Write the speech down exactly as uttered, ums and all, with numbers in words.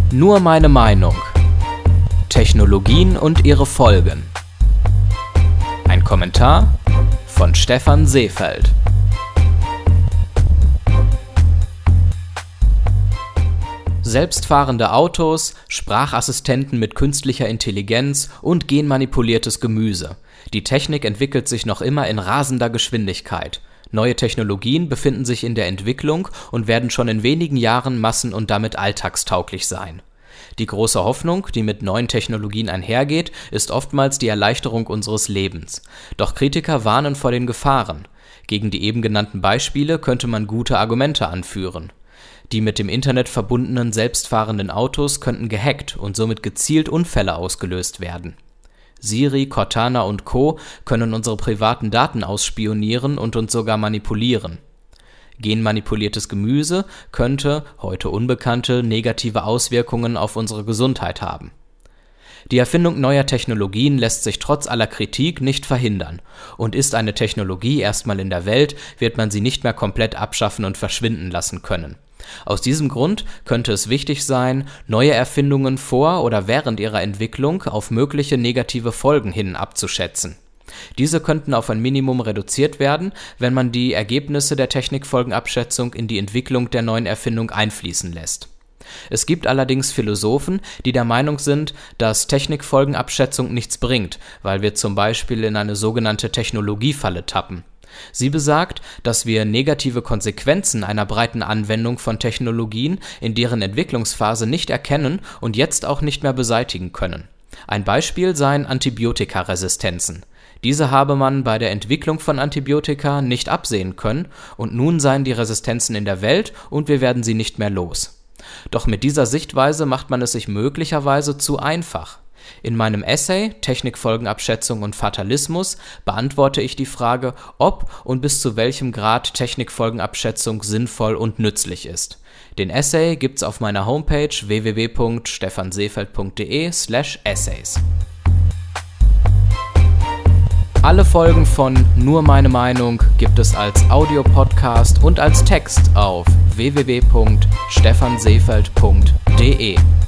Nur meine Meinung. Technologien und ihre Folgen. Ein Kommentar von Stefan Seefeld. Selbstfahrende Autos, Sprachassistenten mit künstlicher Intelligenz und genmanipuliertes Gemüse. Die Technik entwickelt sich noch immer in rasender Geschwindigkeit. Neue Technologien befinden sich in der Entwicklung und werden schon in wenigen Jahren massen- und damit alltagstauglich sein. Die große Hoffnung, die mit neuen Technologien einhergeht, ist oftmals die Erleichterung unseres Lebens. Doch Kritiker warnen vor den Gefahren. Gegen die eben genannten Beispiele könnte man gute Argumente anführen. Die mit dem Internet verbundenen selbstfahrenden Autos könnten gehackt und somit gezielt Unfälle ausgelöst werden. Siri, Cortana und Co. können unsere privaten Daten ausspionieren und uns sogar manipulieren. Genmanipuliertes Gemüse könnte, heute unbekannte, negative Auswirkungen auf unsere Gesundheit haben. Die Erfindung neuer Technologien lässt sich trotz aller Kritik nicht verhindern. Und ist eine Technologie erstmal in der Welt, wird man sie nicht mehr komplett abschaffen und verschwinden lassen können. Aus diesem Grund könnte es wichtig sein, neue Erfindungen vor oder während ihrer Entwicklung auf mögliche negative Folgen hin abzuschätzen. Diese könnten auf ein Minimum reduziert werden, wenn man die Ergebnisse der Technikfolgenabschätzung in die Entwicklung der neuen Erfindung einfließen lässt. Es gibt allerdings Philosophen, die der Meinung sind, dass Technikfolgenabschätzung nichts bringt, weil wir zum Beispiel in eine sogenannte Technologiefalle tappen. Sie besagt, dass wir negative Konsequenzen einer breiten Anwendung von Technologien in deren Entwicklungsphase nicht erkennen und jetzt auch nicht mehr beseitigen können. Ein Beispiel seien Antibiotikaresistenzen. Diese habe man bei der Entwicklung von Antibiotika nicht absehen können und nun seien die Resistenzen in der Welt und wir werden sie nicht mehr los. Doch mit dieser Sichtweise macht man es sich möglicherweise zu einfach. In meinem Essay Technikfolgenabschätzung und Fatalismus beantworte ich die Frage, ob und bis zu welchem Grad Technikfolgenabschätzung sinnvoll und nützlich ist. Den Essay gibt's auf meiner Homepage w w w punkt stefan seefeld punkt d e slash essays. Alle Folgen von Nur meine Meinung gibt es als Audiopodcast und als Text auf w w w punkt stefan seefeld punkt d e.